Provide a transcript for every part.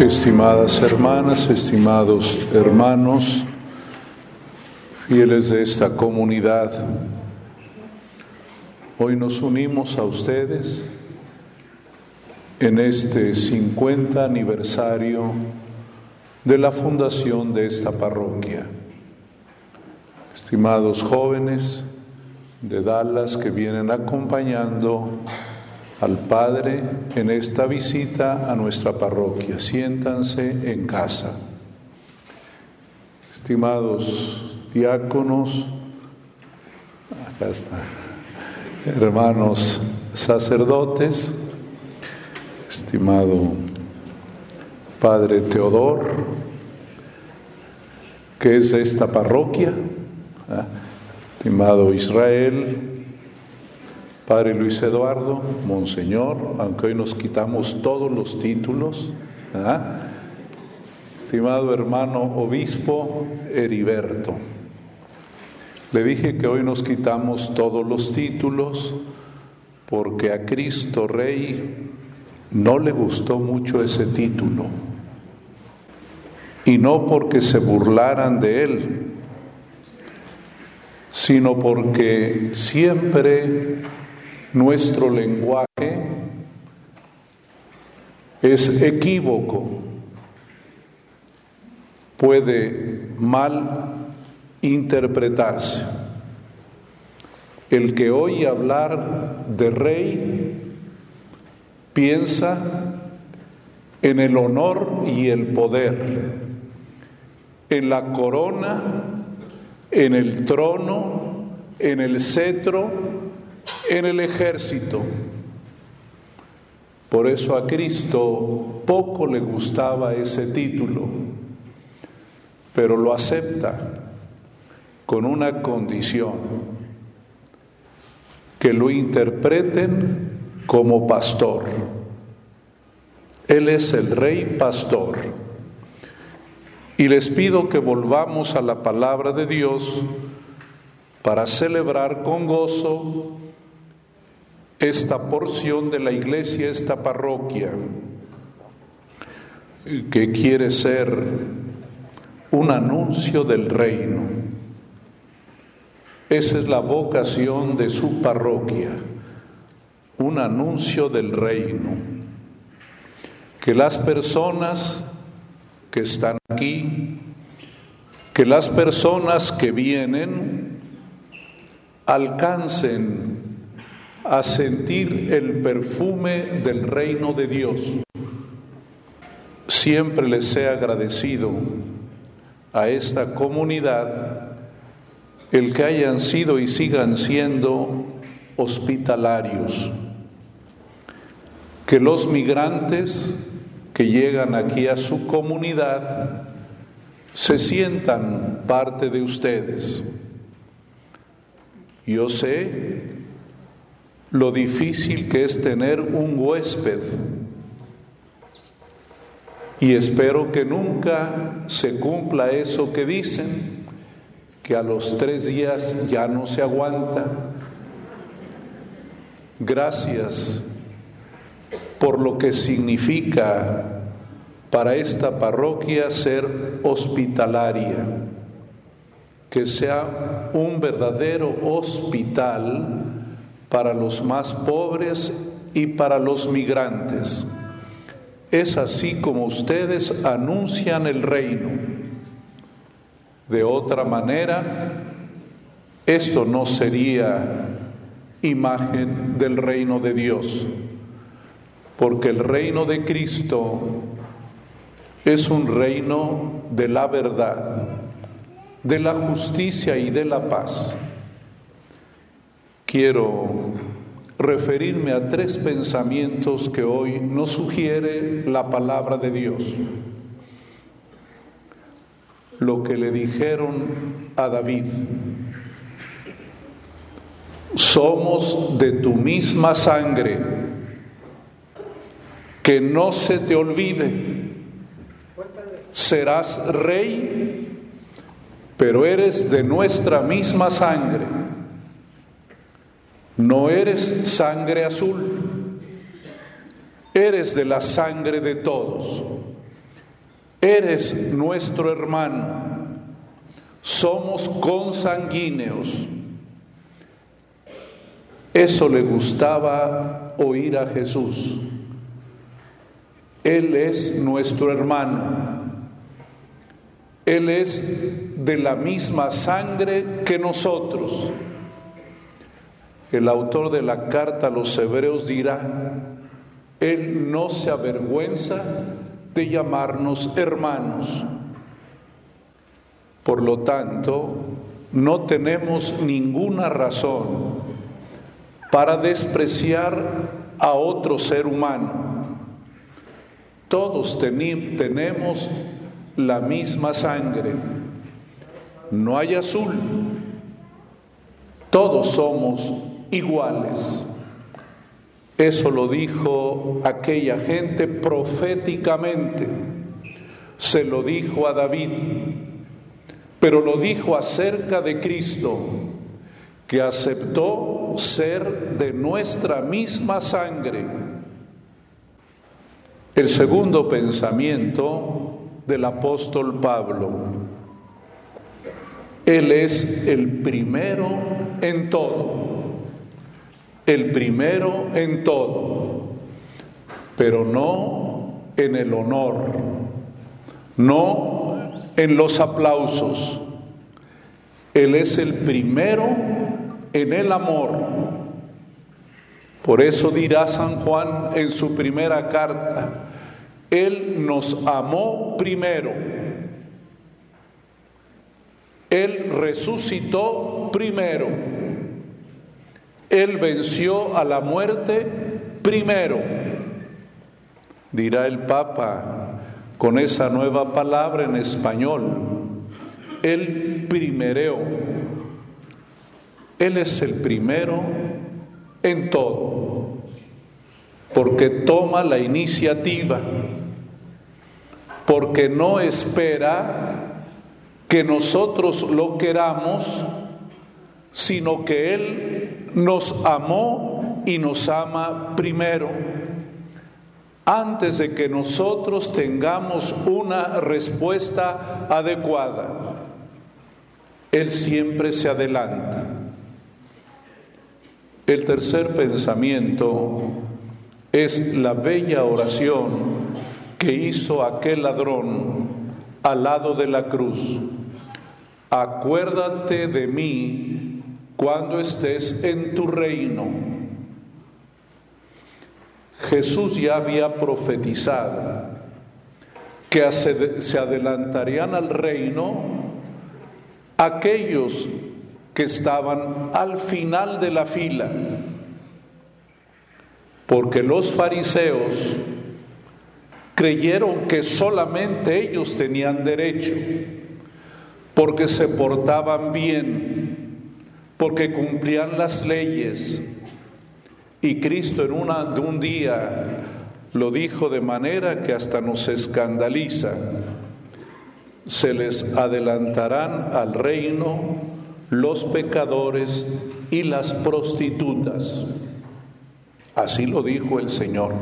Estimadas hermanas, estimados hermanos, fieles de esta comunidad, hoy nos unimos a ustedes en este 50 aniversario de la fundación de esta parroquia. Estimados jóvenes de Dallas que vienen acompañando al Padre en esta visita a nuestra parroquia, siéntanse en casa. Estimados diáconos, acá está, hermanos sacerdotes, estimado Padre Teodor, que es de esta parroquia, estimado Israel, Padre Luis Eduardo, Monseñor, aunque hoy nos quitamos todos los títulos, estimado hermano obispo Heriberto. Le dije que hoy nos quitamos todos los títulos porque a Cristo Rey no le gustó mucho ese título, y no porque se burlaran de él, sino porque siempre nuestro lenguaje es equívoco, puede mal interpretarse. El que oye hablar de rey piensa en el honor y el poder, en la corona, en el trono, en el cetro, en el ejército. Por eso a Cristo poco le gustaba ese título, pero lo acepta con una condición: que lo interpreten como pastor. Él es el Rey Pastor. Y les pido que volvamos a la palabra de Dios para celebrar con gozo esta porción de la iglesia, esta parroquia, que quiere ser un anuncio del reino. Esa es la vocación de su parroquia, un anuncio del reino. Que las personas que están aquí, que las personas que vienen, alcancen a sentir el perfume del reino de Dios. Siempre les he agradecido a esta comunidad el que hayan sido y sigan siendo hospitalarios. Que los migrantes que llegan aquí a su comunidad se sientan parte de ustedes. Yo sé lo difícil que es tener un huésped, y espero que nunca se cumpla eso que dicen, que a los 3 días ya no se aguanta. Gracias por lo que significa para esta parroquia ser hospitalaria, que sea un verdadero hospital para los más pobres y para los migrantes. Es así como ustedes anuncian el reino. De otra manera, esto no sería imagen del reino de Dios, porque el reino de Cristo es un reino de la verdad, de la justicia y de la paz. Quiero referirme a 3 pensamientos que hoy nos sugiere la palabra de Dios. Lo que le dijeron a David: somos de tu misma sangre, que no se te olvide, serás rey, pero eres de nuestra misma sangre. No eres sangre azul, eres de la sangre de todos. eres nuestro hermano, somos consanguíneos. Eso le gustaba oír a Jesús. Él es nuestro hermano. Él es de la misma sangre que nosotros. El autor de la carta a los Hebreos dirá: Él no se avergüenza de llamarnos hermanos. Por lo tanto, no tenemos ninguna razón para despreciar a otro ser humano. Todos tenemos la misma sangre. No hay azul. Todos somos iguales. Eso lo dijo aquella gente proféticamente. Se lo dijo a David, pero lo dijo acerca de Cristo, que aceptó ser de nuestra misma sangre. El segundo pensamiento del apóstol Pablo: Él es el primero en todo. El primero en todo, pero no en el honor, no en los aplausos. Él es el primero en el amor. Por eso dirá San Juan en su primera carta: Él nos amó primero. Él resucitó primero. Él venció a la muerte primero. Dirá el Papa con esa nueva palabra en español: Él primereó. Él es el primero en todo, porque toma la iniciativa, porque no espera que nosotros lo queramos, sino que Él nos amó y nos ama primero, antes de que nosotros tengamos una respuesta adecuada. Él siempre se adelanta. El tercer pensamiento es la bella oración que hizo aquel ladrón al lado de la cruz: acuérdate de mí cuando estés en tu reino. Jesús ya había profetizado que se adelantarían al reino aquellos que estaban al final de la fila, porque los fariseos creyeron que solamente ellos tenían derecho, porque se portaban bien, porque cumplían las leyes. Y Cristo en un día lo dijo de manera que hasta nos escandaliza: se les adelantarán al reino los pecadores y las prostitutas. Así lo dijo el Señor.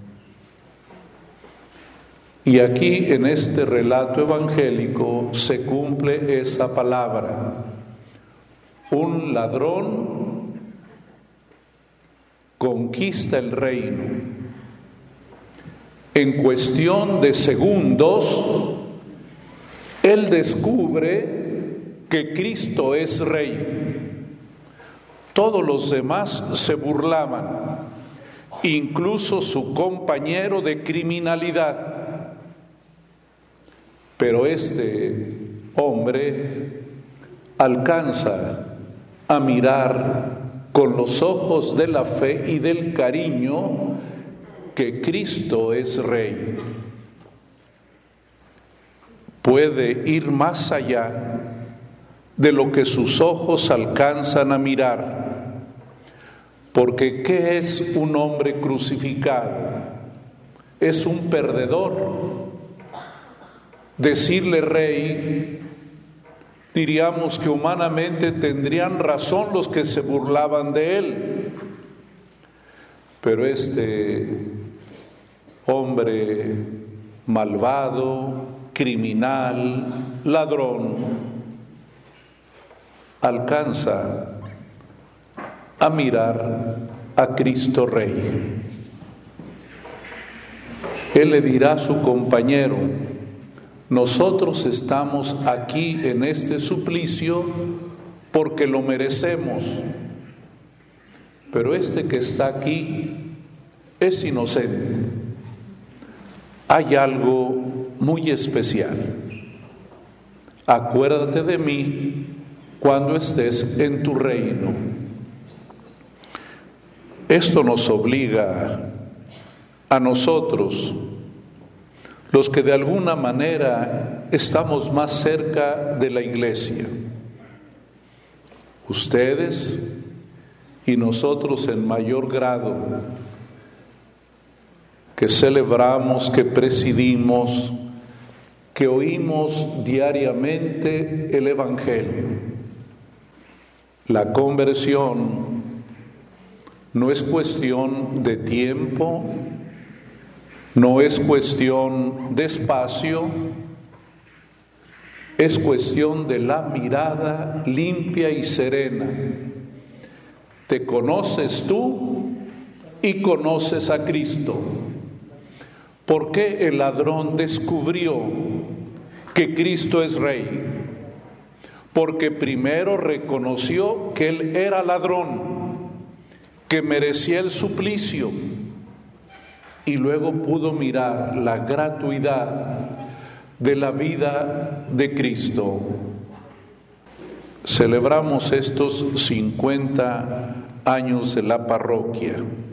Y aquí en este relato evangélico se cumple esa palabra. Un ladrón conquista el reino. En cuestión de segundos, él descubre que Cristo es Rey. Todos los demás se burlaban, incluso su compañero de criminalidad. Pero este hombre alcanza a mirar con los ojos de la fe y del cariño que Cristo es Rey. Puede ir más allá de lo que sus ojos alcanzan a mirar, porque ¿qué es un hombre crucificado? Es un perdedor. Decirle Rey, diríamos que humanamente tendrían razón los que se burlaban de él, pero este hombre malvado, criminal, ladrón, alcanza a mirar a Cristo Rey. Él le dirá a su compañero: nosotros estamos aquí en este suplicio porque lo merecemos, pero este que está aquí es inocente. Hay algo muy especial. Acuérdate de mí cuando estés en tu reino. Esto nos obliga a nosotros, los que de alguna manera estamos más cerca de la iglesia, ustedes y nosotros en mayor grado, que celebramos, que presidimos, que oímos diariamente el Evangelio. La conversión no es cuestión de tiempo, no es cuestión de espacio, es cuestión de la mirada limpia y serena. Te conoces tú y conoces a Cristo. ¿Por qué el ladrón descubrió que Cristo es Rey? Porque primero reconoció que él era ladrón, que merecía el suplicio, y luego pudo mirar la gratuidad de la vida de Cristo. Celebramos estos 50 años de la parroquia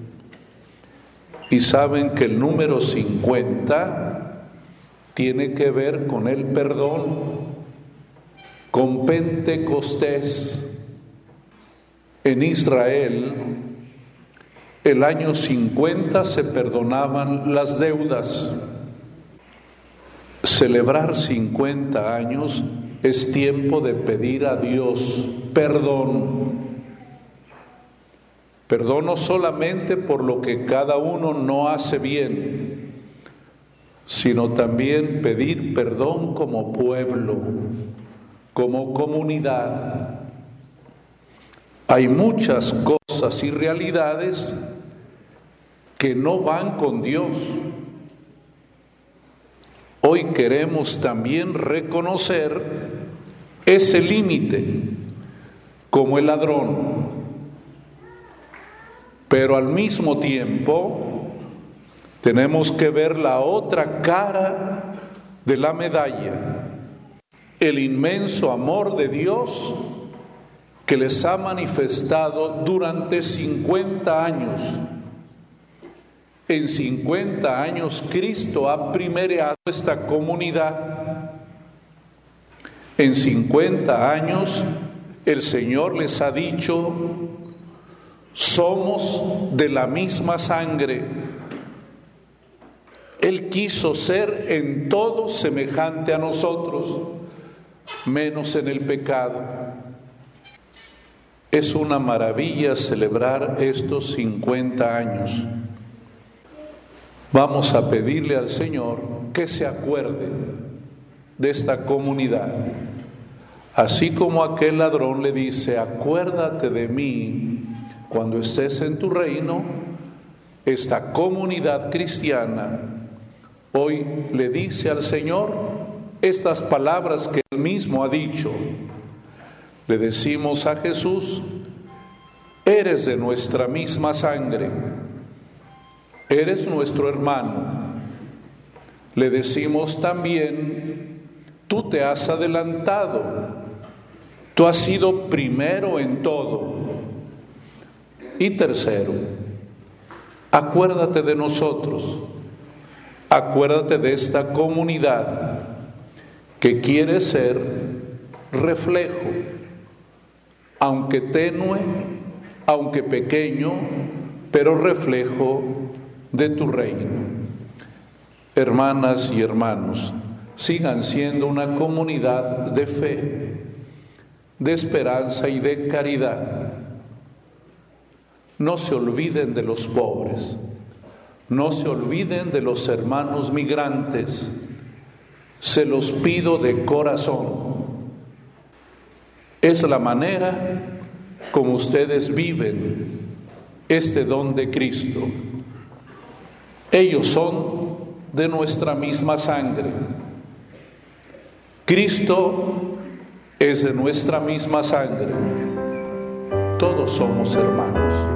y saben que el número 50 tiene que ver con el perdón, con Pentecostés. En Israel, el año 50 se perdonaban las deudas. Celebrar 50 años es tiempo de pedir a Dios perdón. Perdón no solamente por lo que cada uno no hace bien, sino también pedir perdón como pueblo, como comunidad. Hay muchas cosas y realidades que no van con Dios. Hoy queremos también reconocer ese límite como el ladrón, pero al mismo tiempo tenemos que ver la otra cara de la medalla, el inmenso amor de Dios que les ha manifestado durante 50 años. En 50 años Cristo ha primereado esta comunidad. En 50 años el Señor les ha dicho: somos de la misma sangre. Él quiso ser en todo semejante a nosotros, menos en el pecado. Es una maravilla celebrar estos 50 años. Vamos a pedirle al Señor que se acuerde de esta comunidad. Así como aquel ladrón le dice: acuérdate de mí cuando estés en tu reino, esta comunidad cristiana hoy le dice al Señor estas palabras que Él mismo ha dicho. Le decimos a Jesús: eres de nuestra misma sangre, eres nuestro hermano. Le decimos también: tú te has adelantado, tú has sido primero en todo. Y tercero, acuérdate de nosotros, acuérdate de esta comunidad que quiere ser reflejo, aunque tenue, aunque pequeño, pero reflejo de tu reino. Hermanas y hermanos, sigan siendo una comunidad de fe, de esperanza y de caridad. No se olviden de los pobres, no se olviden de los hermanos migrantes, Se los pido de corazón. Es la manera como ustedes viven este don de Cristo. Ellos son de nuestra misma sangre. Cristo es de nuestra misma sangre. Todos somos hermanos.